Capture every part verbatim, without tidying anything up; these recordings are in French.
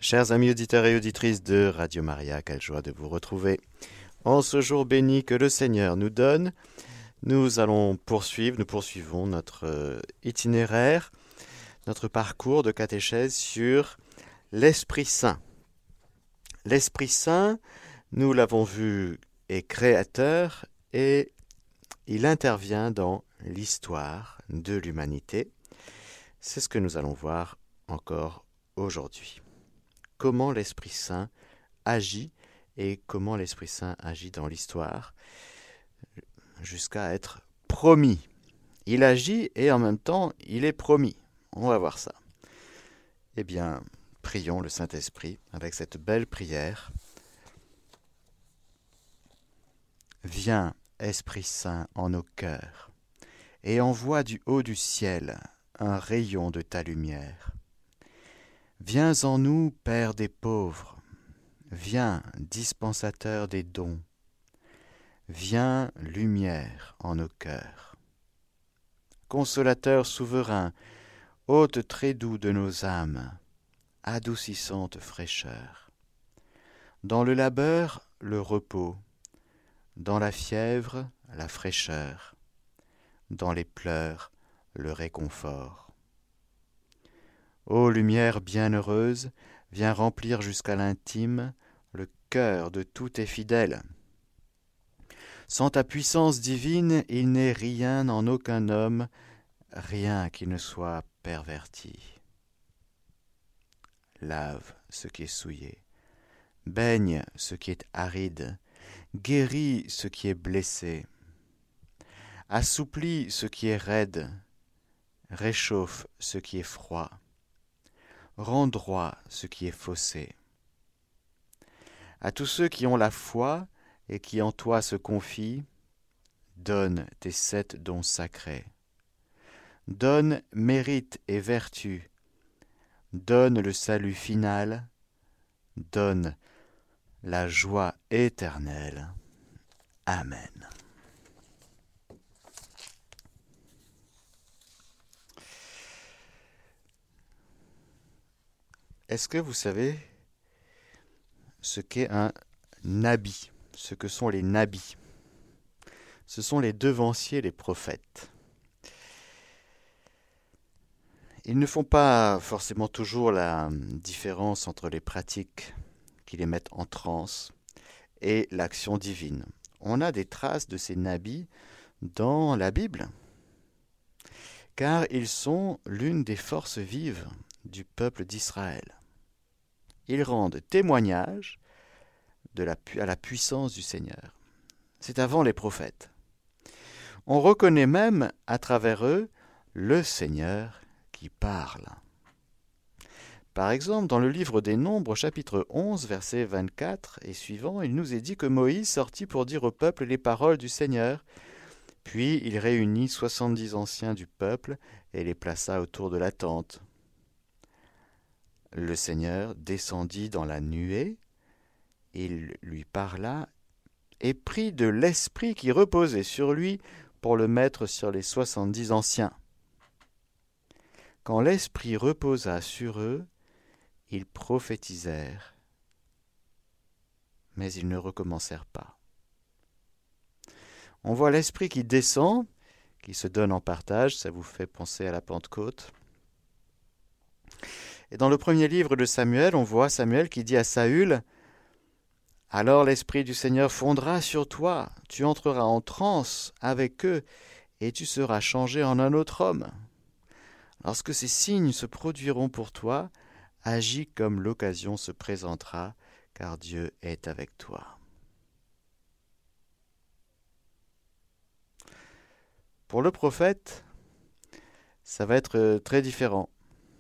Chers amis auditeurs et auditrices de Radio Maria, quelle joie de vous retrouver. En ce jour béni que le Seigneur nous donne, nous allons poursuivre, nous poursuivons notre itinéraire, notre parcours de catéchèse sur l'Esprit Saint. L'Esprit Saint, nous l'avons vu, est créateur et il intervient dans l'histoire de l'humanité. C'est ce que nous allons voir encore aujourd'hui. Comment l'Esprit Saint agit et comment l'Esprit Saint agit dans l'histoire jusqu'à être promis. Il agit et en même temps il est promis. On va voir ça. Eh bien, prions le Saint-Esprit avec cette belle prière. Viens, Esprit Saint, en nos cœurs, et envoie du haut du ciel un rayon de ta lumière. Viens en nous, Père des pauvres, viens, dispensateur des dons, viens, lumière en nos cœurs. Consolateur souverain, hôte très doux de nos âmes, adoucissante fraîcheur. Dans le labeur, le repos, dans la fièvre, la fraîcheur, dans les pleurs, le réconfort. Ô lumière bienheureuse, viens remplir jusqu'à l'intime le cœur de tous tes fidèles. Sans ta puissance divine, il n'est rien en aucun homme, rien qui ne soit perverti. Lave ce qui est souillé, baigne ce qui est aride, guéris ce qui est blessé, assouplis ce qui est raide, réchauffe ce qui est froid, rends droit ce qui est faussé. À tous ceux qui ont la foi et qui en toi se confient, donne tes sept dons sacrés. Donne mérite et vertu, donne le salut final, donne la joie éternelle. Amen. Est-ce que vous savez ce qu'est un nabi, ce que sont les nabis? Ce sont les devanciers, les prophètes. Ils ne font pas forcément toujours la différence entre les pratiques qui les mettent en transe et l'action divine. On a des traces de ces nabis dans la Bible, car ils sont l'une des forces vives du peuple d'Israël. Ils rendent témoignage de la, à la puissance du Seigneur. C'est avant les prophètes. On reconnaît même à travers eux le Seigneur qui parle. Par exemple, dans le livre des Nombres, chapitre onze, verset vingt-quatre et suivant, il nous est dit que Moïse sortit pour dire au peuple les paroles du Seigneur. Puis il réunit soixante-dix anciens du peuple et les plaça autour de la tente. Le Seigneur descendit dans la nuée, il lui parla et prit de l'esprit qui reposait sur lui pour le mettre sur les soixante-dix anciens. Quand l'esprit reposa sur eux, ils prophétisèrent, mais ils ne recommencèrent pas. On voit l'esprit qui descend, qui se donne en partage, ça vous fait penser à la Pentecôte. Et dans le premier livre de Samuel, on voit Samuel qui dit à Saül, « Alors l'Esprit du Seigneur fondra sur toi, tu entreras en transe avec eux, et tu seras changé en un autre homme. Lorsque ces signes se produiront pour toi, agis comme l'occasion se présentera, car Dieu est avec toi. » Pour le prophète, ça va être très différent.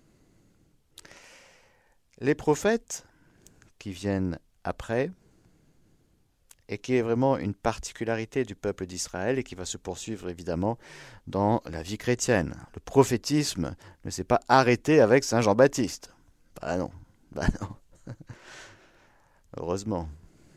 Les prophètes qui viennent après, et qui est vraiment une particularité du peuple d'Israël et qui va se poursuivre évidemment dans la vie chrétienne. Le prophétisme ne s'est pas arrêté avec Saint Jean-Baptiste. Bah non, bah non. Heureusement.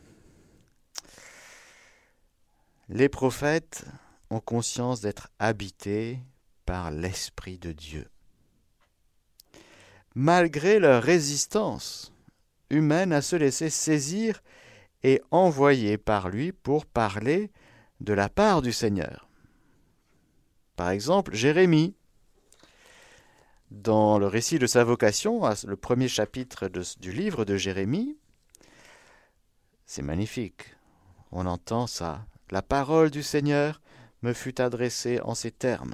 Les prophètes ont conscience d'être habités par l'Esprit de Dieu. Malgré leur résistance humaine à se laisser saisir et envoyer par lui pour parler de la part du Seigneur. Par exemple, Jérémie, dans le récit de sa vocation, le premier chapitre de, du livre de Jérémie, c'est magnifique. On entend ça. La parole du Seigneur me fut adressée en ces termes.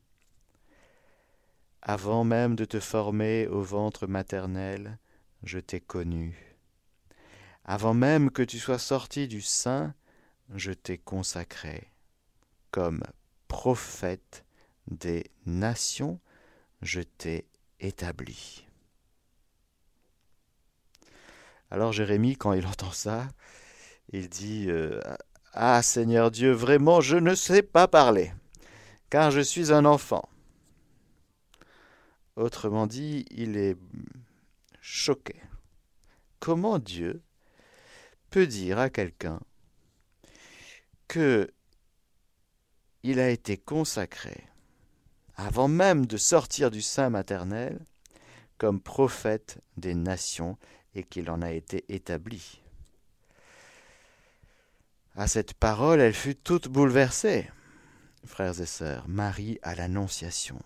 Avant même de te former au ventre maternel, je t'ai connu. Avant même que tu sois sorti du sein, je t'ai consacré. Comme prophète des nations, je t'ai établi. Alors Jérémie, quand il entend ça, il dit euh, « Ah Seigneur Dieu, vraiment, je ne sais pas parler, car je suis un enfant. » Autrement dit, il est choqué. Comment Dieu peut dire à quelqu'un que il a été consacré, avant même de sortir du sein maternel, comme prophète des nations et qu'il en a été établi. À cette parole, elle fut toute bouleversée, frères et sœurs, Marie à l'Annonciation.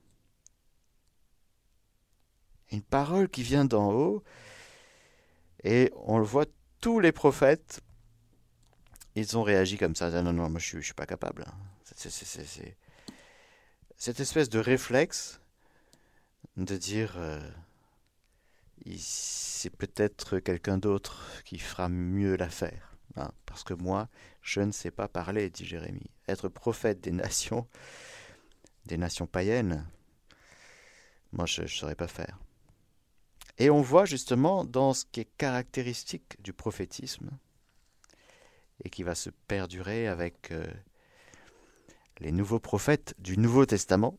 Une parole qui vient d'en haut, et on le voit, tous les prophètes, ils ont réagi comme ça. Non, non, moi je ne suis pas capable. C'est, c'est, c'est, c'est... Cette espèce de réflexe de dire euh, c'est peut-être quelqu'un d'autre qui fera mieux l'affaire. Hein, parce que moi, je ne sais pas parler, dit Jérémie. Être prophète des nations, des nations païennes, moi je ne saurais pas faire. Et on voit justement dans ce qui est caractéristique du prophétisme et qui va se perdurer avec euh, les nouveaux prophètes du Nouveau Testament,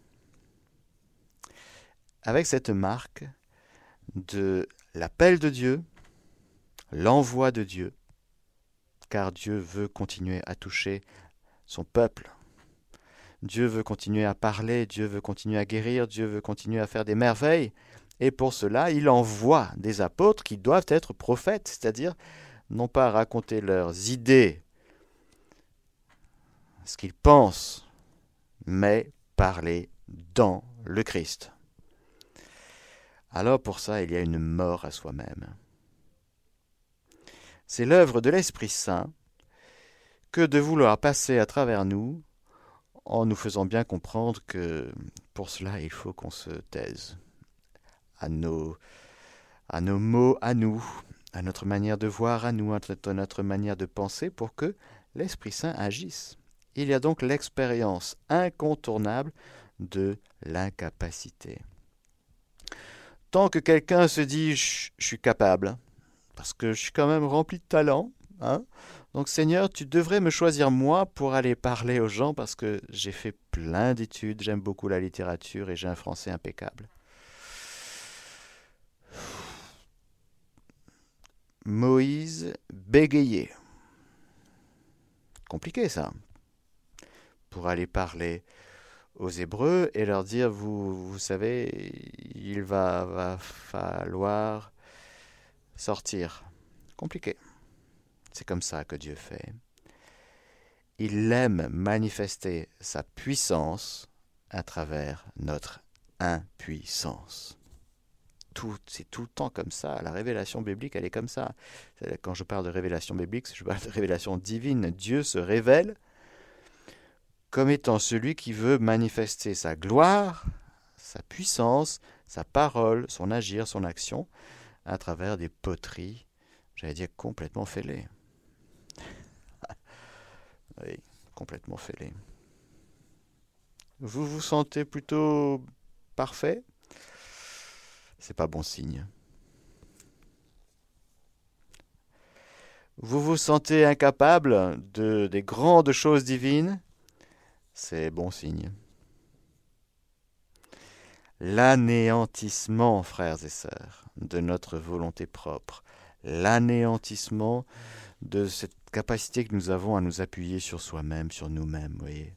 avec cette marque de l'appel de Dieu, l'envoi de Dieu, car Dieu veut continuer à toucher son peuple. Dieu veut continuer à parler, Dieu veut continuer à guérir, Dieu veut continuer à faire des merveilles. Et pour cela, il envoie des apôtres qui doivent être prophètes, c'est-à-dire non pas raconter leurs idées, ce qu'ils pensent, mais parler dans le Christ. Alors pour ça, il y a une mort à soi-même. C'est l'œuvre de l'Esprit Saint que de vouloir passer à travers nous en nous faisant bien comprendre que pour cela, il faut qu'on se taise à nos, à nos mots, à nous, à notre manière de voir, à nous, à notre manière de penser pour que l'Esprit Saint agisse. Il y a donc l'expérience incontournable de l'incapacité. Tant que quelqu'un se dit « je suis capable », parce que je suis quand même rempli de talent, hein, donc Seigneur, tu devrais me choisir moi pour aller parler aux gens parce que j'ai fait plein d'études, j'aime beaucoup la littérature et j'ai un français impeccable. Moïse bégayait. Compliqué ça. Pour aller parler aux Hébreux et leur dire, vous, vous savez, il va, va falloir sortir. Compliqué. C'est comme ça que Dieu fait. Il aime manifester sa puissance à travers notre impuissance. Tout, c'est tout le temps comme ça. La révélation biblique, elle est comme ça. Quand je parle de révélation biblique, je parle de révélation divine. Dieu se révèle comme étant celui qui veut manifester sa gloire, sa puissance, sa parole, son agir, son action, à travers des poteries, j'allais dire complètement fêlées. Oui, complètement fêlées. Vous vous sentez plutôt parfait ? C'est pas bon signe. Vous vous sentez incapable de des grandes choses divines ? C'est bon signe. L'anéantissement, frères et sœurs, de notre volonté propre, l'anéantissement de cette capacité que nous avons à nous appuyer sur soi-même, sur nous-mêmes, vous voyez.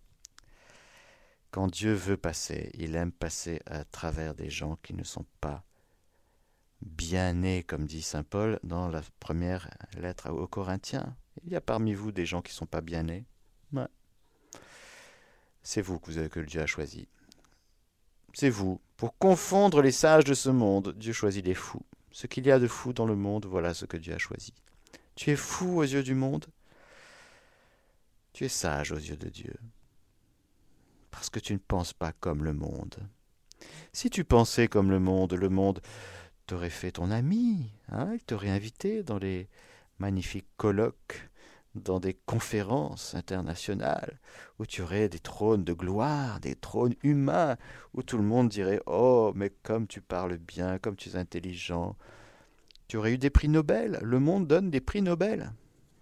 Quand Dieu veut passer, il aime passer à travers des gens qui ne sont pas bien-nés, comme dit saint Paul dans la première lettre aux Corinthiens. Il y a parmi vous des gens qui ne sont pas bien-nés. Ouais. C'est vous que, vous avez, que Dieu a choisi. C'est vous. Pour confondre les sages de ce monde, Dieu choisit les fous. Ce qu'il y a de fou dans le monde, voilà ce que Dieu a choisi. Tu es fou aux yeux du monde. Tu es sage aux yeux de Dieu. Parce que tu ne penses pas comme le monde. Si tu pensais comme le monde, le monde t'aurait fait ton ami. Hein, il t'aurait invité dans les magnifiques colloques, dans des conférences internationales, où tu aurais des trônes de gloire, des trônes humains, où tout le monde dirait « Oh, mais comme tu parles bien, comme tu es intelligent ». Tu aurais eu des prix Nobel. Le monde donne des prix Nobel.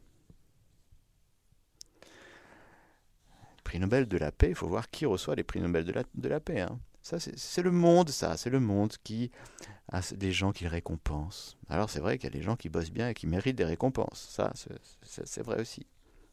Prix Nobel de la paix, il faut voir qui reçoit les prix Nobel de la, de la paix. Hein. Ça, c'est, c'est le monde, ça. C'est le monde qui a des gens qui le récompensent. Alors, c'est vrai qu'il y a des gens qui bossent bien et qui méritent des récompenses. Ça, c'est, c'est, c'est vrai aussi.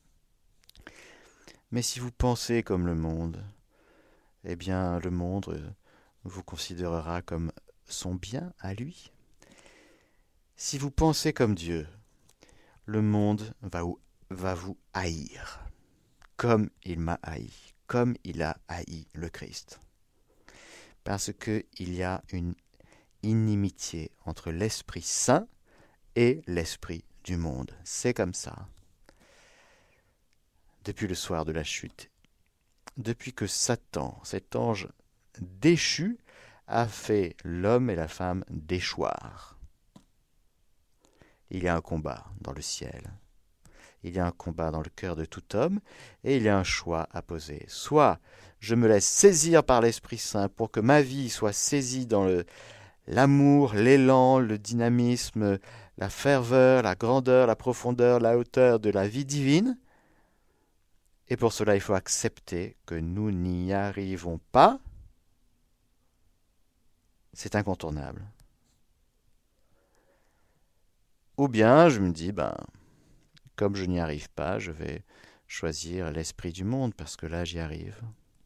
Mais si vous pensez comme le monde, eh bien, le monde vous considérera comme son bien à lui. Si vous pensez comme Dieu, le monde va vous, va vous haïr. Comme il m'a haï, comme il a haï le Christ. Parce qu'il y a une inimitié entre l'Esprit Saint et l'Esprit du monde. C'est comme ça. Depuis le soir de la chute, depuis que Satan, cet ange déchu, a fait l'homme et la femme déchoir. Il y a un combat dans le ciel. Il y a un combat dans le cœur de tout homme, et il y a un choix à poser. Soit je me laisse saisir par l'Esprit Saint pour que ma vie soit saisie dans le, l'amour, l'élan, le dynamisme, la ferveur, la grandeur, la profondeur, la hauteur de la vie divine. Et pour cela, il faut accepter que nous n'y arrivons pas. C'est incontournable. Ou bien je me dis, ben... Comme je n'y arrive pas, je vais choisir l'esprit du monde, parce que là, j'y arrive.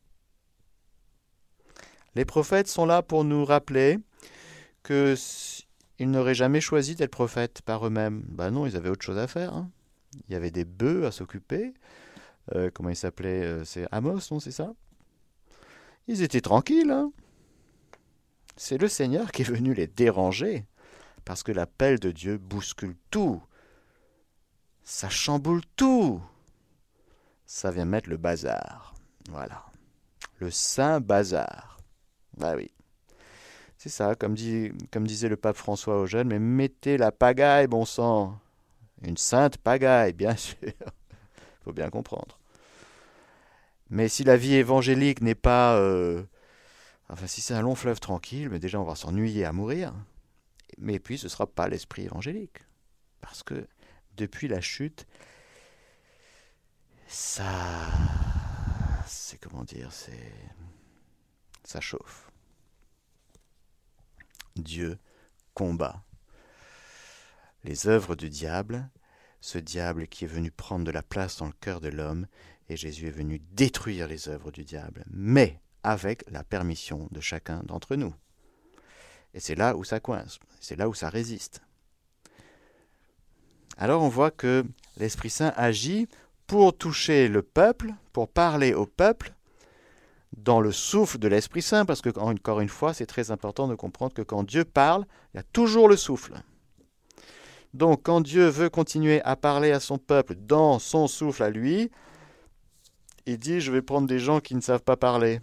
Les prophètes sont là pour nous rappeler qu'ils n'auraient jamais choisi tel prophète par eux-mêmes. Ben non, ils avaient autre chose à faire. Hein. Il y avait des bœufs à s'occuper. Euh, comment il s'appelait euh, C'est Amos, non, c'est ça? Ils étaient tranquilles. Hein. C'est le Seigneur qui est venu les déranger, parce que l'appel de Dieu bouscule tout. Ça chamboule tout. Ça vient mettre le bazar. Voilà. Le saint bazar. Ah oui. C'est ça, comme, dit, comme disait le pape François aux jeunes, mais mettez la pagaille, bon sang. Une sainte pagaille, bien sûr. Il faut bien comprendre. Mais si la vie évangélique n'est pas... Euh, enfin, si c'est un long fleuve tranquille, mais déjà on va s'ennuyer à mourir. Mais puis ce ne sera pas l'esprit évangélique. Parce que depuis la chute, ça, c'est comment dire, c'est, ça chauffe. Dieu combat les œuvres du diable, ce diable qui est venu prendre de la place dans le cœur de l'homme, et Jésus est venu détruire les œuvres du diable, mais avec la permission de chacun d'entre nous. Et c'est là où ça coince, c'est là où ça résiste. Alors on voit que l'Esprit Saint agit pour toucher le peuple, pour parler au peuple, dans le souffle de l'Esprit Saint, parce que, encore une fois, c'est très important de comprendre que quand Dieu parle, il y a toujours le souffle. Donc, quand Dieu veut continuer à parler à son peuple dans son souffle à lui, il dit, je vais prendre des gens qui ne savent pas parler.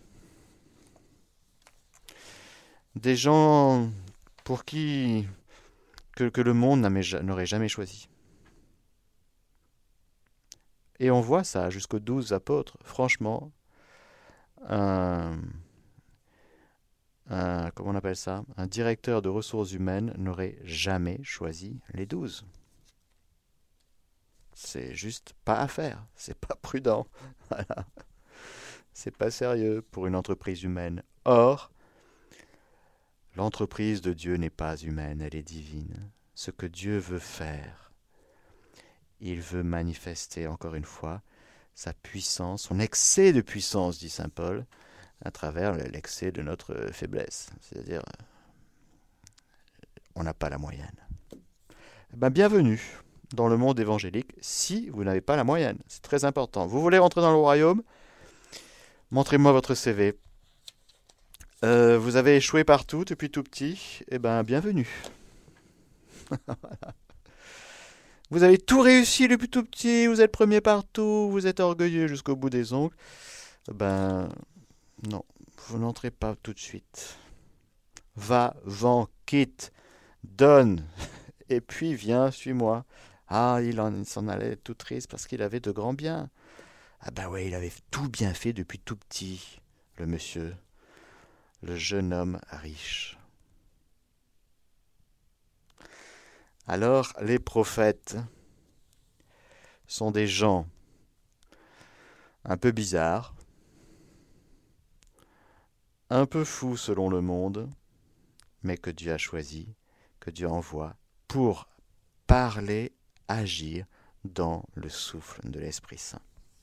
Des gens pour qui que, que le monde n'aurait jamais choisi. Et on voit ça jusqu'aux douze apôtres. Franchement, un, un, comment on appelle ça, un directeur de ressources humaines n'aurait jamais choisi les douze. C'est juste pas à faire. C'est pas prudent. Voilà. C'est pas sérieux pour une entreprise humaine. Or, l'entreprise de Dieu n'est pas humaine, elle est divine. Ce que Dieu veut faire, il veut manifester, encore une fois, sa puissance, son excès de puissance, dit saint Paul, à travers l'excès de notre faiblesse. C'est-à-dire, on n'a pas la moyenne. Eh ben, bienvenue dans le monde évangélique si vous n'avez pas la moyenne. C'est très important. Vous voulez rentrer dans le royaume? Montrez-moi votre C V. Euh, vous avez échoué partout depuis tout petit? Eh ben, bienvenue. Voilà. Vous avez tout réussi depuis tout petit, vous êtes premier partout, vous êtes orgueilleux jusqu'au bout des ongles. Ben, non, vous n'entrez pas tout de suite. Va, vends, quitte, donne, et puis viens, suis-moi. Ah, il, en, il s'en allait tout triste parce qu'il avait de grands biens. Ah ben ouais, il avait tout bien fait depuis tout petit, le monsieur, le jeune homme riche. Alors, les prophètes sont des gens un peu bizarres, un peu fous selon le monde, mais que Dieu a choisi, que Dieu envoie pour parler, agir dans le souffle de l'Esprit Saint.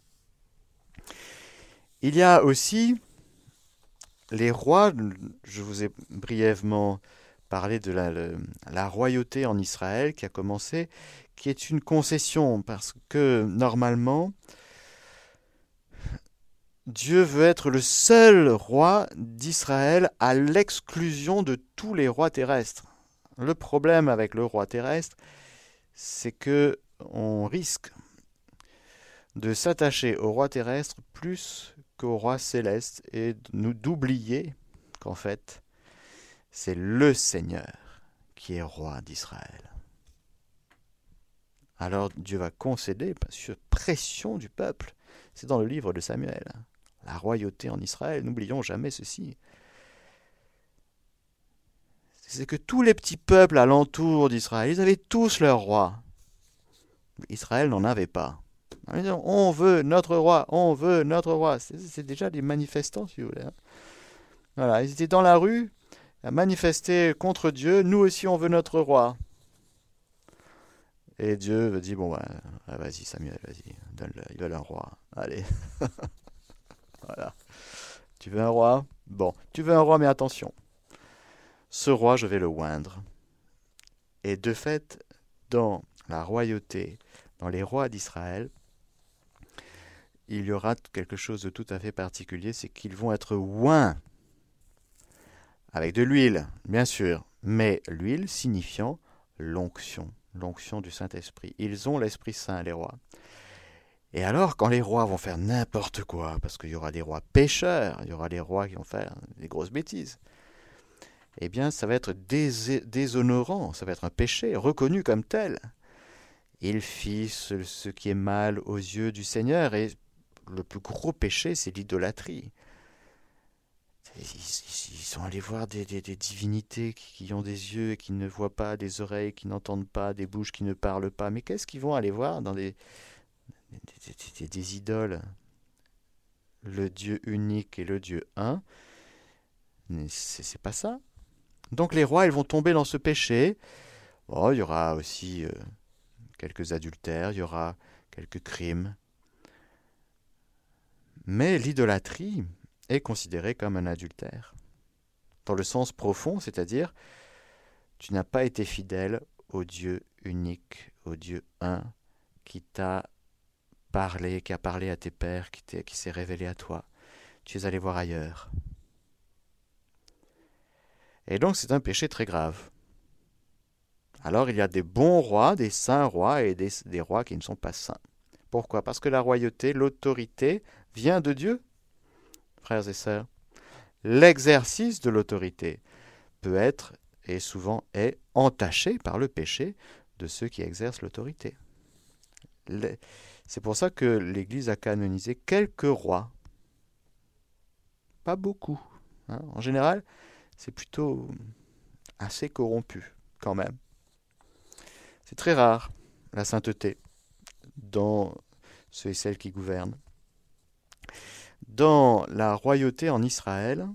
Il y a aussi les rois, je vous ai brièvement parler de la, le, la royauté en Israël qui a commencé, qui est une concession, parce que normalement, Dieu veut être le seul roi d'Israël à l'exclusion de tous les rois terrestres. Le problème avec le roi terrestre, c'est que on risque de s'attacher au roi terrestre plus qu'au roi céleste et nous d'oublier qu'en fait, c'est le Seigneur qui est roi d'Israël. Alors Dieu va concéder, sur pression du peuple, c'est dans le livre de Samuel, la royauté en Israël, n'oublions jamais ceci. C'est que tous les petits peuples alentour d'Israël, ils avaient tous leur roi. Israël n'en avait pas. On veut notre roi, on veut notre roi. C'est, c'est déjà des manifestants, si vous voulez. Voilà, ils étaient dans la rue, à manifester contre Dieu, nous aussi on veut notre roi. Et Dieu dit, bon, bah, ah, vas-y Samuel, vas-y, donne-le, il veut un roi. Allez. Voilà. Tu veux un roi? Bon, tu veux un roi, mais attention. Ce roi, je vais le oindre. Et de fait, dans la royauté, dans les rois d'Israël, il y aura quelque chose de tout à fait particulier, c'est qu'ils vont être oints. Avec de l'huile, bien sûr, mais l'huile signifiant l'onction, l'onction du Saint-Esprit. Ils ont l'Esprit Saint, les rois. Et alors, quand les rois vont faire n'importe quoi, parce qu'il y aura des rois pécheurs, il y aura des rois qui vont faire des grosses bêtises, eh bien, ça va être dés- déshonorant, ça va être un péché, reconnu comme tel. Il fit ce, ce qui est mal aux yeux du Seigneur, et le plus gros péché, c'est l'idolâtrie. Ils, ils, ils sont allés voir des, des, des divinités qui, qui ont des yeux et qui ne voient pas, des oreilles qui n'entendent pas, des bouches qui ne parlent pas. Mais qu'est-ce qu'ils vont aller voir dans des, des, des, des, des idoles? Le Dieu unique et le Dieu un, c'est, c'est pas ça. Donc les rois, ils vont tomber dans ce péché. Oh, il y aura aussi euh, quelques adultères, il y aura quelques crimes. Mais l'idolâtrie est considérée comme un adultère. Dans le sens profond, c'est-à-dire, tu n'as pas été fidèle au Dieu unique, au Dieu un, qui t'a parlé, qui a parlé à tes pères, qui, t'est, qui s'est révélé à toi. Tu es allé voir ailleurs. Et donc c'est un péché très grave. Alors il y a des bons rois, des saints rois et des, des rois qui ne sont pas saints. Pourquoi? Parce que la royauté, l'autorité vient de Dieu, frères et sœurs. L'exercice de l'autorité peut être, et souvent est, entaché par le péché de ceux qui exercent l'autorité. C'est pour ça que l'Église a canonisé quelques rois. Pas beaucoup. Hein. En général, c'est plutôt assez corrompu, quand même. C'est très rare, la sainteté, dans ceux et celles qui gouvernent. Dans la royauté en Israël,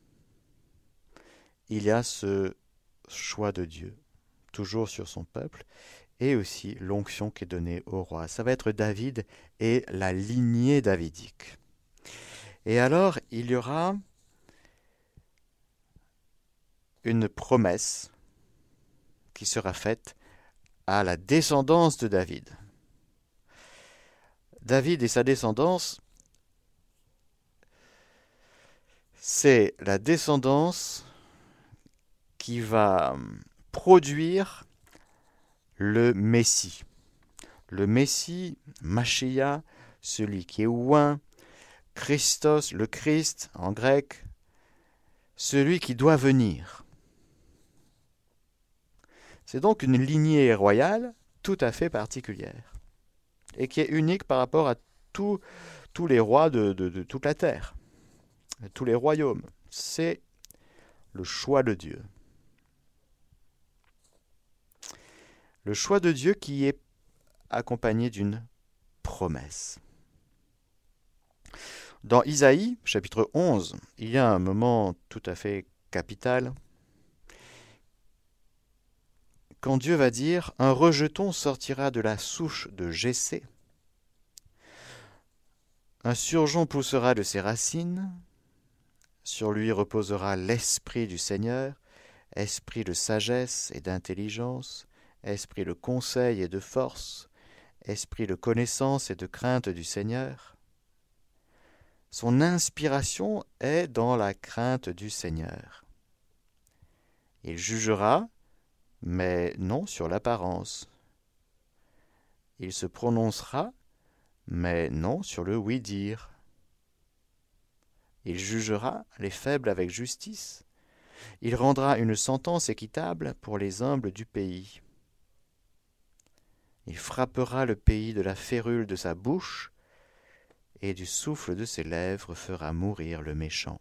il y a ce choix de Dieu, toujours sur son peuple, et aussi l'onction qui est donnée au roi. Ça va être David et la lignée davidique. Et alors, il y aura une promesse qui sera faite à la descendance de David. David et sa descendance, c'est la descendance qui va produire le Messie. Le Messie, Mashiach, celui qui est oint, Christos, le Christ en grec, celui qui doit venir. C'est donc une lignée royale tout à fait particulière et qui est unique par rapport à tous tous les rois de, de, de toute la terre, tous les royaumes. C'est le choix de Dieu. Le choix de Dieu qui est accompagné d'une promesse. Dans Isaïe, chapitre onze, il y a un moment tout à fait capital, quand Dieu va dire « Un rejeton sortira de la souche de Jessé, un surgeon poussera de ses racines, sur lui reposera l'esprit du Seigneur, esprit de sagesse et d'intelligence, esprit de conseil et de force, esprit de connaissance et de crainte du Seigneur. » Son inspiration est dans la crainte du Seigneur. Il jugera, mais non sur l'apparence. Il se prononcera, mais non sur le oui-dire. Il jugera les faibles avec justice. Il rendra une sentence équitable pour les humbles du pays. Il frappera le pays de la férule de sa bouche, et du souffle de ses lèvres fera mourir le méchant.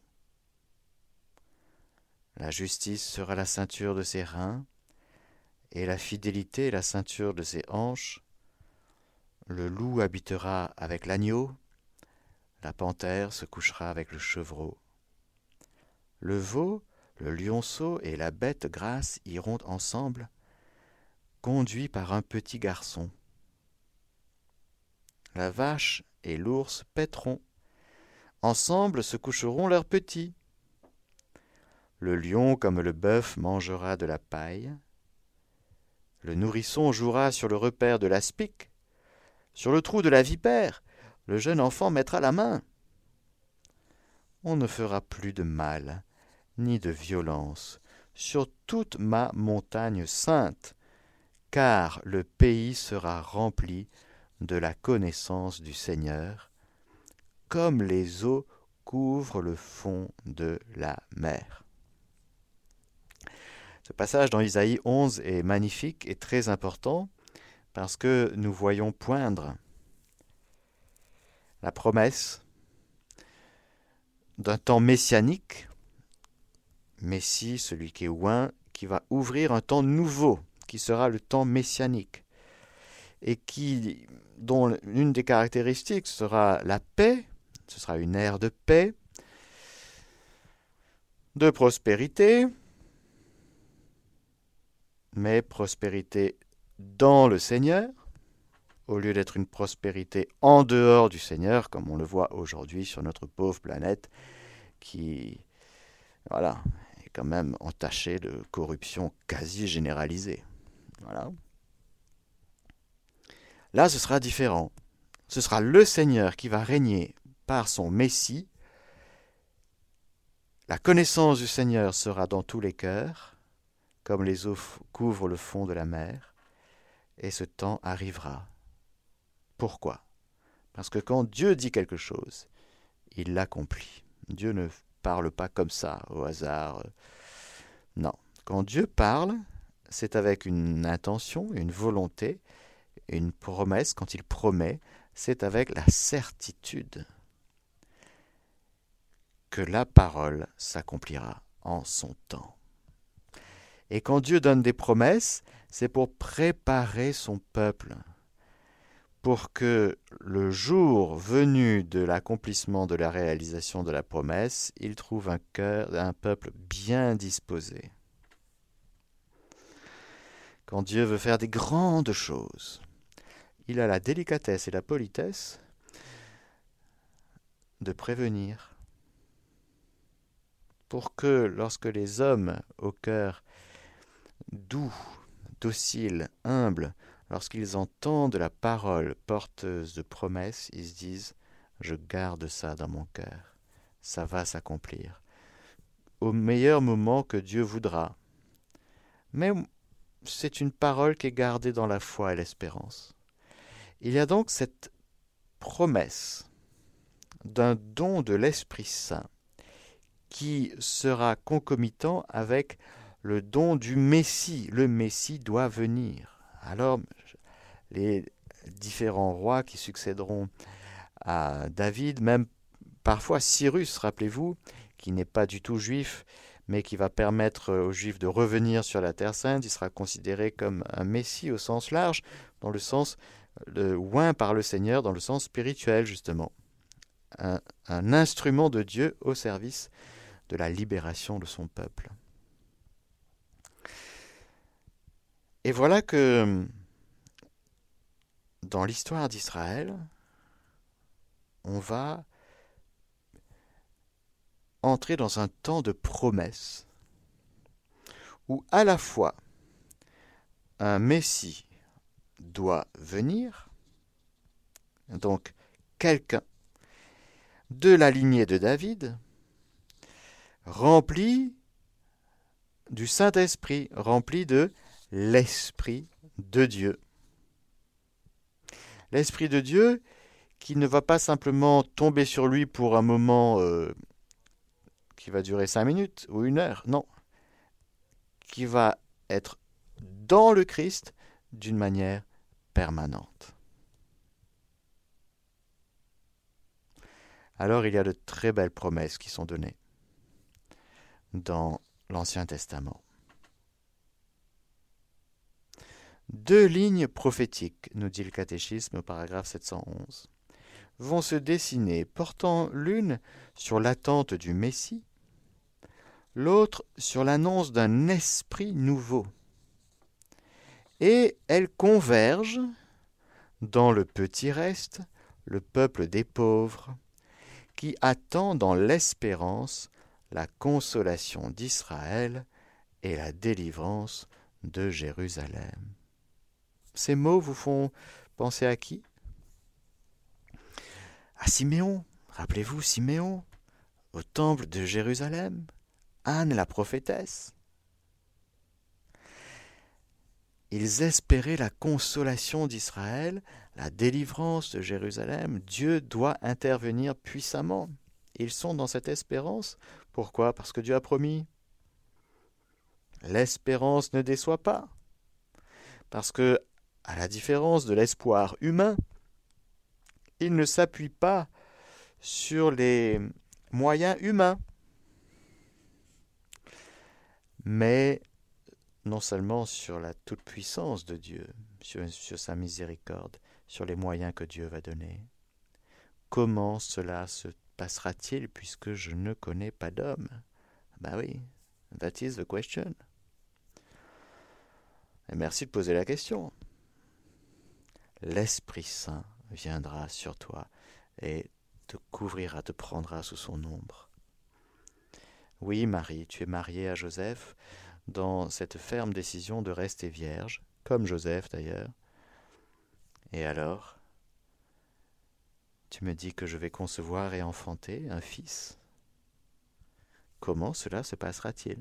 La justice sera la ceinture de ses reins, et la fidélité la ceinture de ses hanches. Le loup habitera avec l'agneau, la panthère se couchera avec le chevreau. Le veau, le lionceau et la bête grasse iront ensemble, conduits par un petit garçon. La vache et l'ours paîtront, ensemble se coucheront leurs petits. Le lion comme le bœuf mangera de la paille. Le nourrisson jouera sur le repaire de l'aspic. Sur le trou de la vipère, le jeune enfant mettra la main. On ne fera plus de mal, ni de violence, sur toute ma montagne sainte, car le pays sera rempli de la connaissance du Seigneur, comme les eaux couvrent le fond de la mer. Ce passage dans Isaïe onze est magnifique et très important parce que nous voyons poindre la promesse d'un temps messianique, Messie, celui qui est oint, qui va ouvrir un temps nouveau, qui sera le temps messianique, et qui, dont l'une des caractéristiques sera la paix, ce sera une ère de paix, de prospérité, mais prospérité dans le Seigneur, au lieu d'être une prospérité en dehors du Seigneur, comme on le voit aujourd'hui sur notre pauvre planète, qui, voilà, est quand même entachée de corruption quasi généralisée. Voilà. Là, ce sera différent. Ce sera le Seigneur qui va régner par son Messie. La connaissance du Seigneur sera dans tous les cœurs, comme les eaux couvrent le fond de la mer, et ce temps arrivera. Pourquoi ? Parce que quand Dieu dit quelque chose, il l'accomplit. Dieu ne parle pas comme ça, au hasard. Non. Quand Dieu parle, c'est avec une intention, une volonté, une promesse. Quand il promet, c'est avec la certitude que la parole s'accomplira en son temps. Et quand Dieu donne des promesses, c'est pour préparer son peuple, pour que le jour venu de l'accomplissement de la réalisation de la promesse, il trouve un cœur, un peuple bien disposé. Quand Dieu veut faire des grandes choses, il a la délicatesse et la politesse de prévenir, pour que lorsque les hommes au cœur doux, dociles, humbles, lorsqu'ils entendent la parole porteuse de promesses, ils se disent « Je garde ça dans mon cœur, ça va s'accomplir, au meilleur moment que Dieu voudra. » Mais c'est une parole qui est gardée dans la foi et l'espérance. Il y a donc cette promesse d'un don de l'Esprit Saint qui sera concomitant avec le don du Messie. Le Messie doit venir. Alors, les différents rois qui succéderont à David, même parfois Cyrus, rappelez-vous, qui n'est pas du tout juif, mais qui va permettre aux Juifs de revenir sur la Terre Sainte, il sera considéré comme un Messie au sens large, dans le sens le oint par le Seigneur, dans le sens spirituel justement. Un, un instrument de Dieu au service de la libération de son peuple. Et voilà que dans l'histoire d'Israël, on va entrer dans un temps de promesse où à la fois un Messie doit venir, donc quelqu'un de la lignée de David, rempli du Saint-Esprit, rempli de l'Esprit de Dieu. L'Esprit de Dieu qui ne va pas simplement tomber sur lui pour un moment euh, qui va durer cinq minutes ou une heure, non, qui va être dans le Christ d'une manière permanente. Alors il y a de très belles promesses qui sont données dans l'Ancien Testament. Deux lignes prophétiques, nous dit le catéchisme au paragraphe sept cent onze, vont se dessiner, portant l'une sur l'attente du Messie, l'autre sur l'annonce d'un esprit nouveau. Et elles convergent dans le petit reste, le peuple des pauvres, qui attend dans l'espérance la consolation d'Israël et la délivrance de Jérusalem. Ces mots vous font penser à qui? À Siméon, rappelez-vous Siméon, au temple de Jérusalem, Anne la prophétesse. Ils espéraient la consolation d'Israël, la délivrance de Jérusalem. Dieu doit intervenir puissamment. Ils sont dans cette espérance. Pourquoi? Parce que Dieu a promis. L'espérance ne déçoit pas. Parce que, à la différence de l'espoir humain, il ne s'appuie pas sur les moyens humains, mais non seulement sur la toute-puissance de Dieu, sur, sur sa miséricorde, sur les moyens que Dieu va donner. Comment cela se passera-t-il puisque je ne connais pas d'homme? Ben oui, that is the question. Et merci de poser la question. L'Esprit Saint viendra sur toi et te couvrira, te prendra sous son ombre. Oui, Marie, tu es mariée à Joseph dans cette ferme décision de rester vierge, comme Joseph d'ailleurs. Et alors, tu me dis que je vais concevoir et enfanter un fils. Comment cela se passera-t-il?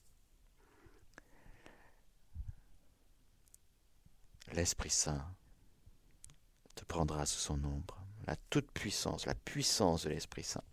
L'Esprit Saint te prendra sous son ombre, la toute-puissance, la puissance de l'Esprit Saint.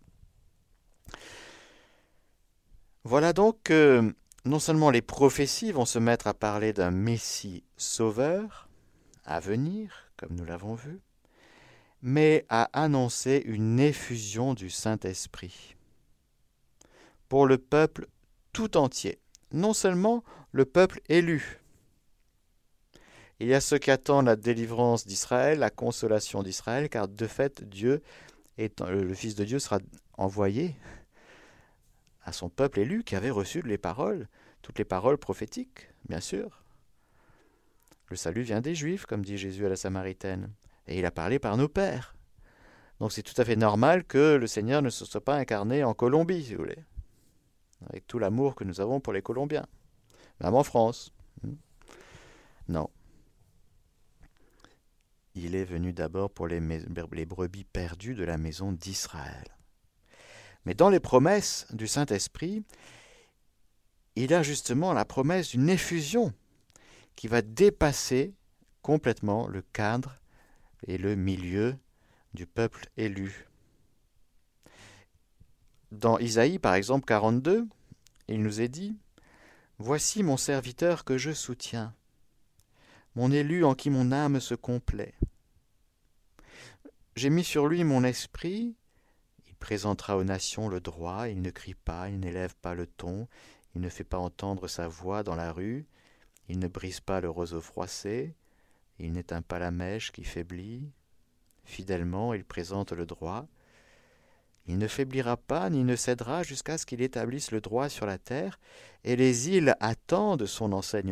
Voilà donc que non seulement les prophéties vont se mettre à parler d'un Messie sauveur à venir, comme nous l'avons vu, mais à annoncer une effusion du Saint-Esprit pour le peuple tout entier, non seulement le peuple élu. Il y a ceux qui attendent la délivrance d'Israël, la consolation d'Israël, car de fait, Dieu, étant, le Fils de Dieu sera envoyé à son peuple élu qui avait reçu les paroles, toutes les paroles prophétiques, bien sûr. Le salut vient des Juifs, comme dit Jésus à la Samaritaine, et il a parlé par nos pères. Donc c'est tout à fait normal que le Seigneur ne se soit pas incarné en Colombie, si vous voulez, avec tout l'amour que nous avons pour les Colombiens, même en France. Non. Il est venu d'abord pour les, les brebis perdues de la maison d'Israël. Mais dans les promesses du Saint-Esprit, il a justement la promesse d'une effusion qui va dépasser complètement le cadre et le milieu du peuple élu. Dans Isaïe, par exemple, quarante-deux, il nous est dit « Voici mon serviteur que je soutiens, mon élu en qui mon âme se complaît. J'ai mis sur lui mon esprit, il présentera aux nations le droit, il ne crie pas, il n'élève pas le ton, il ne fait pas entendre sa voix dans la rue, il ne brise pas le roseau froissé, il n'éteint pas la mèche qui faiblit. Fidèlement, il présente le droit. Il ne faiblira pas ni ne cédera jusqu'à ce qu'il établisse le droit sur la terre, et les îles attendent son enseignement. »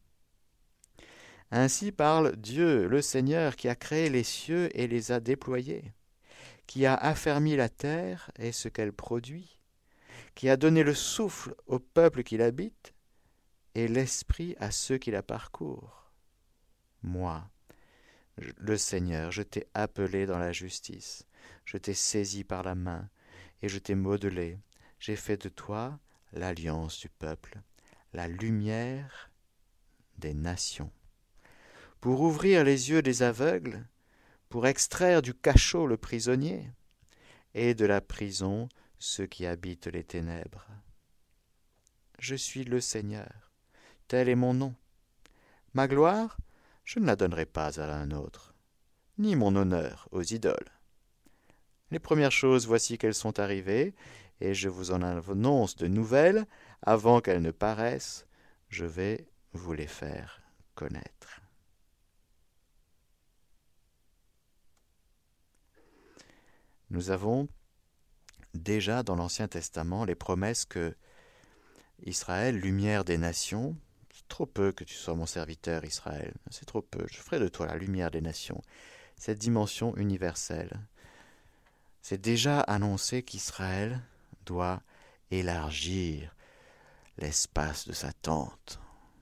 Ainsi parle Dieu, le Seigneur, qui a créé les cieux et les a déployés, qui a affermi la terre et ce qu'elle produit, qui a donné le souffle au peuple qui l'habite et l'esprit à ceux qui la parcourent. Moi, le Seigneur, je t'ai appelé dans la justice, je t'ai saisi par la main et je t'ai modelé. J'ai fait de toi l'alliance du peuple, la lumière des nations. Pour ouvrir les yeux des aveugles, pour extraire du cachot le prisonnier et de la prison ceux qui habitent les ténèbres. Je suis le Seigneur, tel est mon nom. Ma gloire, je ne la donnerai pas à un autre, ni mon honneur aux idoles. Les premières choses, voici qu'elles sont arrivées, et je vous en annonce de nouvelles, avant qu'elles ne paraissent, je vais vous les faire connaître. Nous avons déjà dans l'Ancien Testament les promesses que Israël, lumière des nations, c'est trop peu que tu sois mon serviteur Israël, c'est trop peu, je ferai de toi la lumière des nations. Cette dimension universelle, c'est déjà annoncé qu'Israël doit élargir l'espace de sa tente.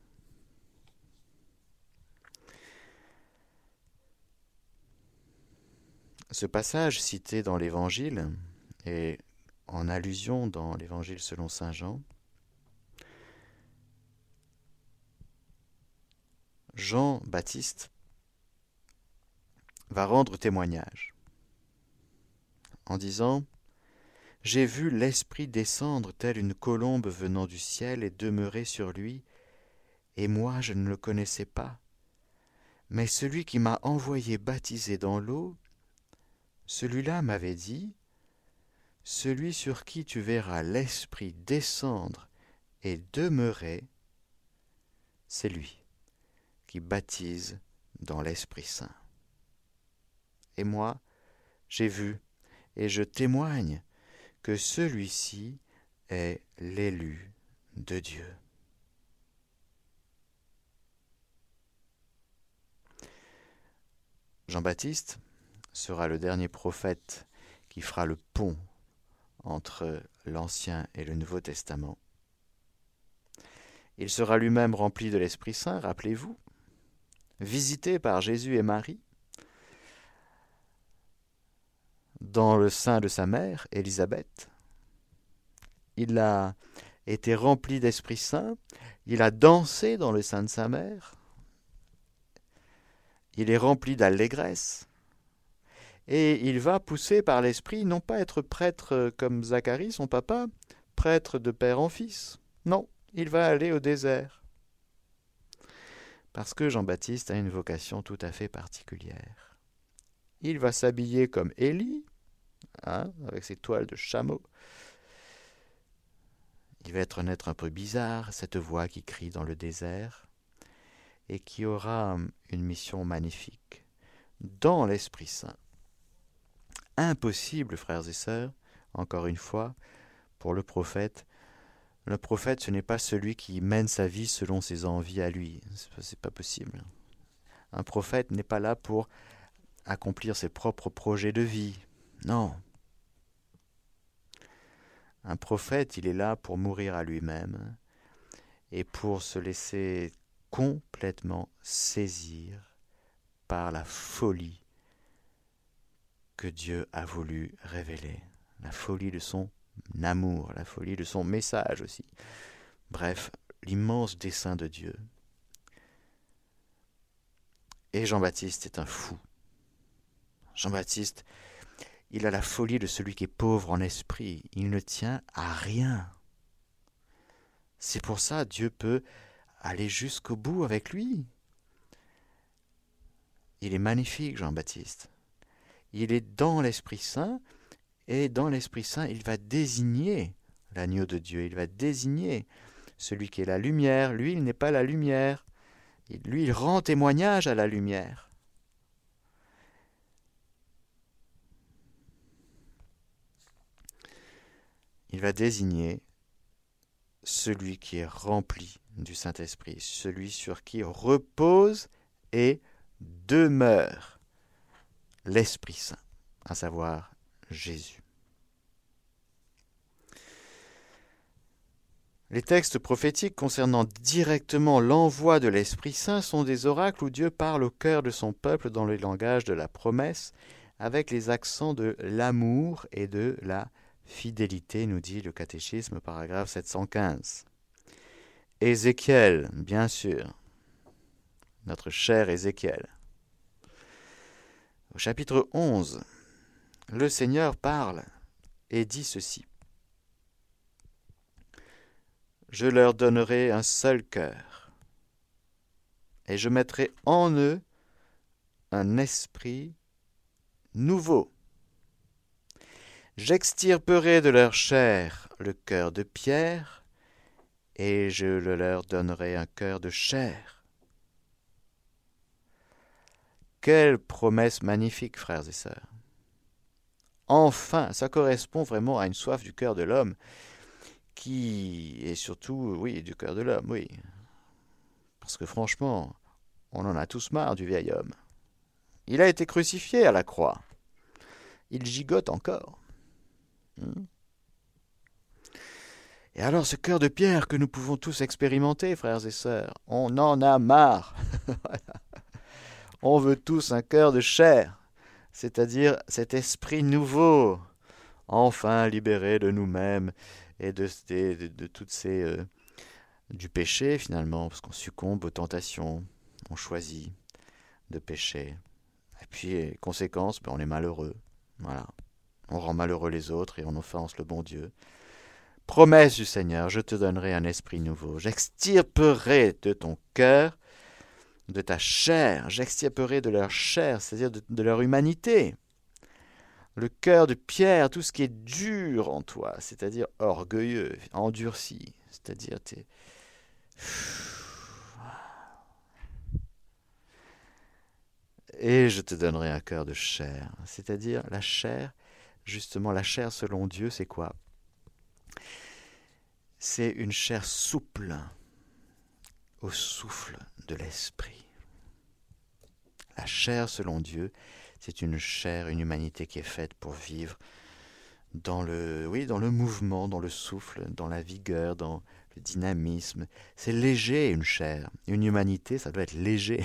Ce passage cité dans l'Évangile est en allusion dans l'Évangile selon saint Jean. Jean-Baptiste va rendre témoignage en disant « J'ai vu l'Esprit descendre telle une colombe venant du ciel et demeurer sur lui, et moi je ne le connaissais pas. Mais celui qui m'a envoyé baptiser dans l'eau, celui-là m'avait dit, « Celui sur qui tu verras l'Esprit descendre et demeurer, c'est lui qui baptise dans l'Esprit Saint. » Et moi, j'ai vu et je témoigne que celui-ci est l'élu de Dieu. Jean-Baptiste sera le dernier prophète qui fera le pont entre l'Ancien et le Nouveau Testament. Il sera lui-même rempli de l'Esprit Saint, rappelez-vous, visité par Jésus et Marie, dans le sein de sa mère, Élisabeth. Il a été rempli d'Esprit Saint, il a dansé dans le sein de sa mère, il est rempli d'allégresse, et il va pousser par l'Esprit, non pas être prêtre comme Zacharie, son papa, prêtre de père en fils, non, il va aller au désert. Parce que Jean-Baptiste a une vocation tout à fait particulière. Il va s'habiller comme Élie, hein, avec ses toiles de chameau. Il va être un être un peu bizarre, cette voix qui crie dans le désert, et qui aura une mission magnifique, dans l'Esprit Saint. Impossible, frères et sœurs, encore une fois, pour le prophète. Le prophète, ce n'est pas celui qui mène sa vie selon ses envies à lui. C'est pas possible. Un prophète n'est pas là pour accomplir ses propres projets de vie. Non. Un prophète, il est là pour mourir à lui-même et pour se laisser complètement saisir par la folie que Dieu a voulu révéler, la folie de son amour, la folie de son message aussi. Bref, l'immense dessein de Dieu. Et Jean-Baptiste est un fou. Jean-Baptiste, il a la folie de celui qui est pauvre en esprit. Il ne tient à rien. C'est pour ça que Dieu peut aller jusqu'au bout avec lui. Il est magnifique, Jean-Baptiste. Il est dans l'Esprit Saint, et dans l'Esprit Saint, il va désigner l'agneau de Dieu. Il va désigner celui qui est la lumière. Lui, il n'est pas la lumière. Lui, il rend témoignage à la lumière. Il va désigner celui qui est rempli du Saint-Esprit, celui sur qui repose et demeure l'Esprit Saint, à savoir Jésus. Les textes prophétiques concernant directement l'envoi de l'Esprit Saint sont des oracles où Dieu parle au cœur de son peuple dans le langage de la promesse, avec les accents de l'amour et de la fidélité, nous dit le catéchisme, paragraphe sept cent quinze. Ézéchiel, bien sûr, notre cher Ézéchiel. Au chapitre onze, le Seigneur parle et dit ceci. Je leur donnerai un seul cœur, et je mettrai en eux un esprit nouveau. J'extirperai de leur chair le cœur de pierre, et je leur donnerai un cœur de chair. Quelle promesse magnifique, frères et sœurs. Enfin, ça correspond vraiment à une soif du cœur de l'homme, qui est surtout, oui, du cœur de l'homme, oui. Parce que franchement, on en a tous marre du vieil homme. Il a été crucifié à la croix. Il gigote encore. Hmm. Et alors, ce cœur de pierre que nous pouvons tous expérimenter, frères et sœurs, on en a marre. On veut tous un cœur de chair, c'est-à-dire cet esprit nouveau, enfin libéré de nous-mêmes et de, de, de, de toutes ces euh, du péché finalement, parce qu'on succombe aux tentations, on choisit de pécher. Et puis, conséquence, ben, on est malheureux. Voilà. On rend malheureux les autres et on offense le bon Dieu. Promesse du Seigneur, je te donnerai un esprit nouveau. J'extirperai de ton cœur, de ta chair, j'extirperai de leur chair, c'est-à-dire de, de leur humanité. Le cœur de pierre, tout ce qui est dur en toi, c'est-à-dire orgueilleux, endurci, c'est-à-dire t'es... Et je te donnerai un cœur de chair, c'est-à-dire la chair, justement la chair selon Dieu, c'est quoi? C'est une chair souple au souffle de l'esprit. La chair selon Dieu, c'est une chair, une humanité qui est faite pour vivre dans le, oui, dans le mouvement, dans le souffle, dans la vigueur, dans le dynamisme. C'est léger une chair. Une humanité, ça doit être léger.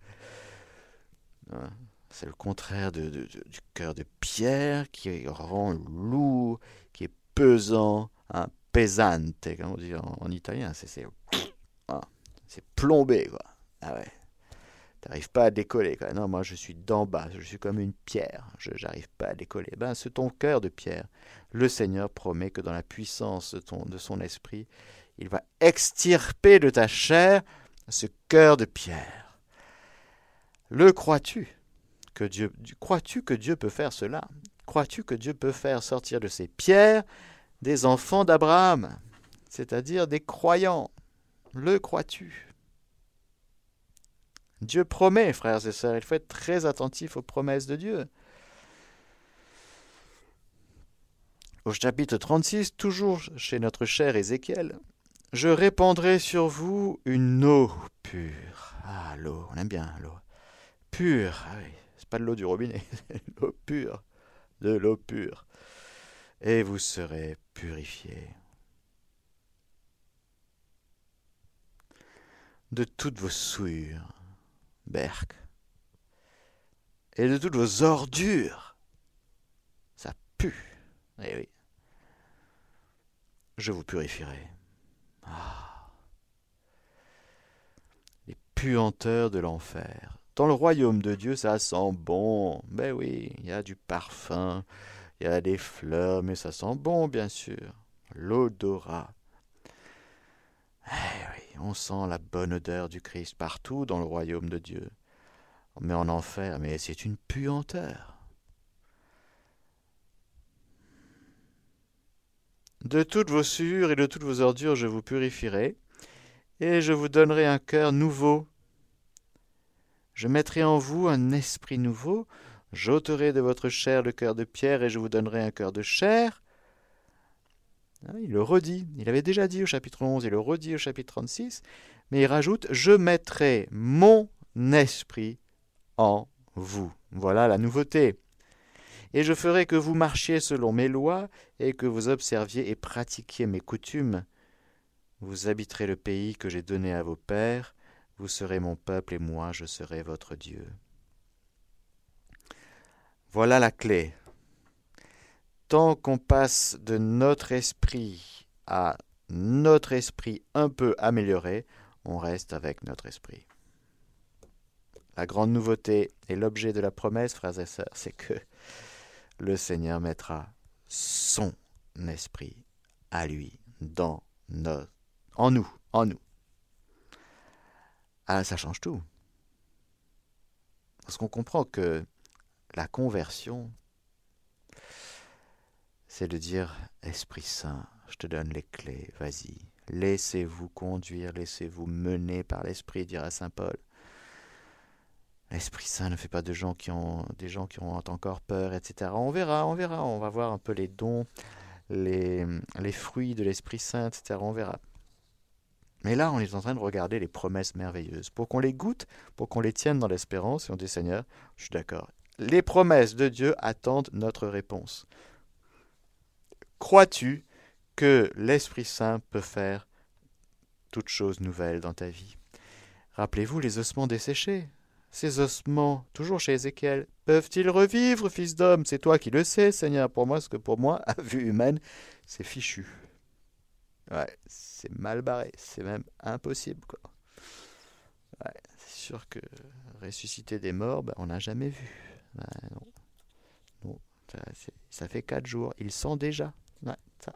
C'est le contraire de, de, de, du cœur de pierre qui rend lourd, qui est pesant, hein, pesante, comme on dit en, en italien. C'est, c'est, ah, c'est plombé, quoi. Ah ouais. T'arrives pas à décoller, quoi. Non, moi je suis d'en bas, je suis comme une pierre, je n'arrive pas à décoller. Ben, c'est ton cœur de pierre. Le Seigneur promet que dans la puissance de, ton, de son esprit, il va extirper de ta chair ce cœur de pierre. Le crois-tu que Dieu, crois-tu que Dieu peut faire cela? Crois-tu que Dieu peut faire sortir de ces pierres des enfants d'Abraham, c'est-à-dire des croyants? Le crois-tu? Dieu promet, frères et sœurs, il faut être très attentif aux promesses de Dieu. Au chapitre trente-six, toujours chez notre cher Ézéchiel, « Je répandrai sur vous une eau pure. » Ah, l'eau, on aime bien l'eau. Pure, ah oui, c'est pas de l'eau du robinet, c'est l'eau pure, de l'eau pure. Et vous serez purifiés. de toutes vos souillures, berk, et de toutes vos ordures. Ça pue. Eh oui. Je vous purifierai. Ah. Les puanteurs de l'enfer. Dans le royaume de Dieu, ça sent bon. Ben oui, il y a du parfum, il y a des fleurs, mais ça sent bon, bien sûr. L'odorat. Eh oui, on sent la bonne odeur du Christ partout dans le royaume de Dieu. Mais en enfer, mais c'est une puanteur. De toutes vos souillures et de toutes vos ordures, je vous purifierai, et je vous donnerai un cœur nouveau. Je mettrai en vous un esprit nouveau, j'ôterai de votre chair le cœur de pierre, et je vous donnerai un cœur de chair. Il le redit, il avait déjà dit au chapitre onze, il le redit au chapitre trente-six, mais il rajoute « Je mettrai mon esprit en vous ». Voilà la nouveauté. Et je ferai que vous marchiez selon mes lois, et que vous observiez et pratiquiez mes coutumes. Vous habiterez le pays que j'ai donné à vos pères, vous serez mon peuple, et moi je serai votre Dieu. Voilà la clé. Tant qu'on passe de notre esprit à notre esprit un peu amélioré, on reste avec notre esprit. La grande nouveauté et l'objet de la promesse, frères et sœurs, c'est que le Seigneur mettra son esprit à lui, dans notre, en nous, en nous. Ah, ça change tout. Parce qu'on comprend que la conversion, c'est de dire « Esprit Saint, je te donne les clés, vas-y. Laissez-vous conduire, laissez-vous mener par l'Esprit », dira saint Paul. L'Esprit Saint ne fait pas de gens qui ont, des gens qui ont encore peur, et cetera. On verra, on verra, on va voir un peu les dons, les, les fruits de l'Esprit Saint, et cetera. On verra. Mais là, on est en train de regarder les promesses merveilleuses. Pour qu'on les goûte, pour qu'on les tienne dans l'espérance, et on dit Seigneur, je suis d'accord. Les promesses de Dieu attendent notre réponse. Crois-tu que l'Esprit Saint peut faire toute chose nouvelle dans ta vie? Rappelez-vous les ossements desséchés. Ces ossements, toujours chez Ézéchiel, peuvent-ils revivre, fils d'homme? C'est toi qui le sais, Seigneur. Pour moi, ce que pour moi, à vue humaine, c'est fichu. Ouais, c'est mal barré, c'est même impossible, quoi. Ouais, c'est sûr que ressusciter des morts, ben, on n'a jamais vu. Ouais, non. Non, ça, ça fait quatre jours, ils sont déjà. Ouais, ça.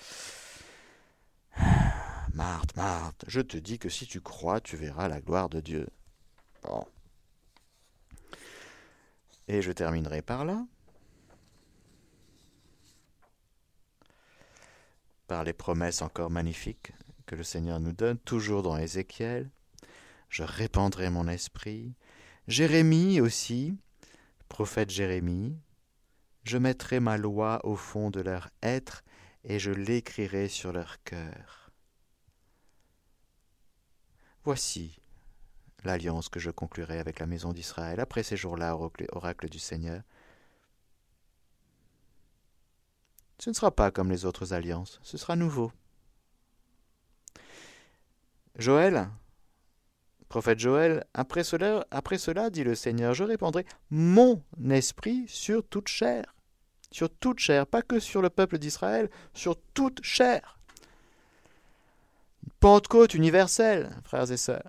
Marthe, Marthe, je te dis que si tu crois, tu verras la gloire de Dieu. Bon. Et je terminerai par là. Par les promesses encore magnifiques que le Seigneur nous donne, toujours dans Ézéchiel. Je répandrai mon esprit. Jérémie aussi, prophète Jérémie. Je mettrai ma loi au fond de leur être et je l'écrirai sur leur cœur. Voici l'alliance que je conclurai avec la maison d'Israël après ces jours-là, oracle du Seigneur. Ce ne sera pas comme les autres alliances, ce sera nouveau. Joël, prophète Joël, après cela, après cela, dit le Seigneur, je répandrai mon esprit sur toute chair. Sur toute chair, pas que sur le peuple d'Israël, sur toute chair. Pentecôte universelle, frères et sœurs.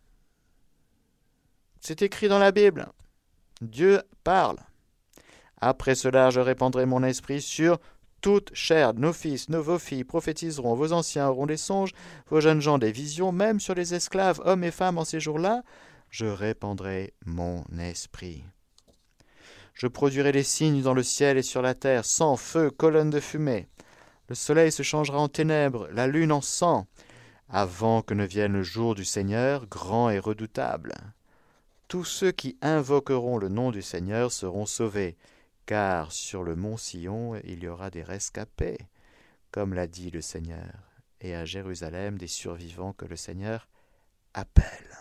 C'est écrit dans la Bible. Dieu parle. Après cela, je répandrai mon esprit sur toute chair. Nos fils, nos vos filles prophétiseront, vos anciens auront des songes, vos jeunes gens des visions, même sur les esclaves, hommes et femmes en ces jours-là, je répandrai mon esprit. Je produirai des signes dans le ciel et sur la terre, sang, feu, colonne de fumée. Le soleil se changera en ténèbres, la lune en sang, avant que ne vienne le jour du Seigneur, grand et redoutable. Tous ceux qui invoqueront le nom du Seigneur seront sauvés, car sur le mont Sion il y aura des rescapés, comme l'a dit le Seigneur, et à Jérusalem des survivants que le Seigneur appelle.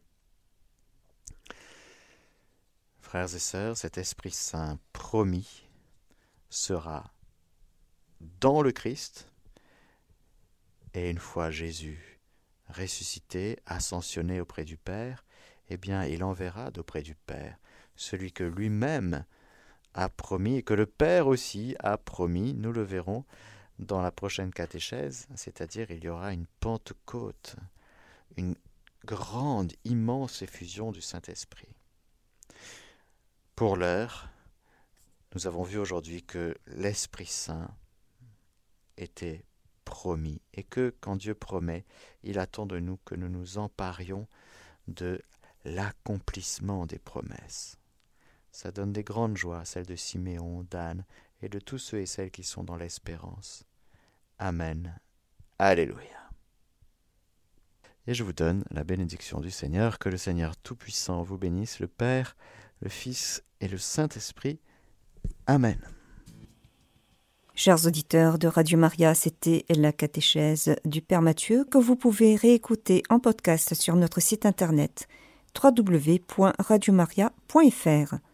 Frères et sœurs, cet Esprit Saint promis sera dans le Christ, et une fois Jésus ressuscité, ascensionné auprès du Père, eh bien, il enverra d'auprès du Père celui que lui-même a promis et que le Père aussi a promis. Nous le verrons dans la prochaine catéchèse, c'est-à-dire il y aura une Pentecôte, une grande, immense effusion du Saint-Esprit. Pour l'heure, nous avons vu aujourd'hui que l'Esprit Saint était promis et que quand Dieu promet, il attend de nous que nous nous emparions de l'accomplissement des promesses. Ça donne des grandes joies, celles de Siméon, d'Anne et de tous ceux et celles qui sont dans l'espérance. Amen. Alléluia. Et je vous donne la bénédiction du Seigneur, que le Seigneur Tout-Puissant vous bénisse, le Père, le Fils et le Saint-Esprit. Amen. Chers auditeurs de Radio Maria, c'était la catéchèse du Père Mathieu que vous pouvez réécouter en podcast sur notre site internet w w w point radio maria point f r.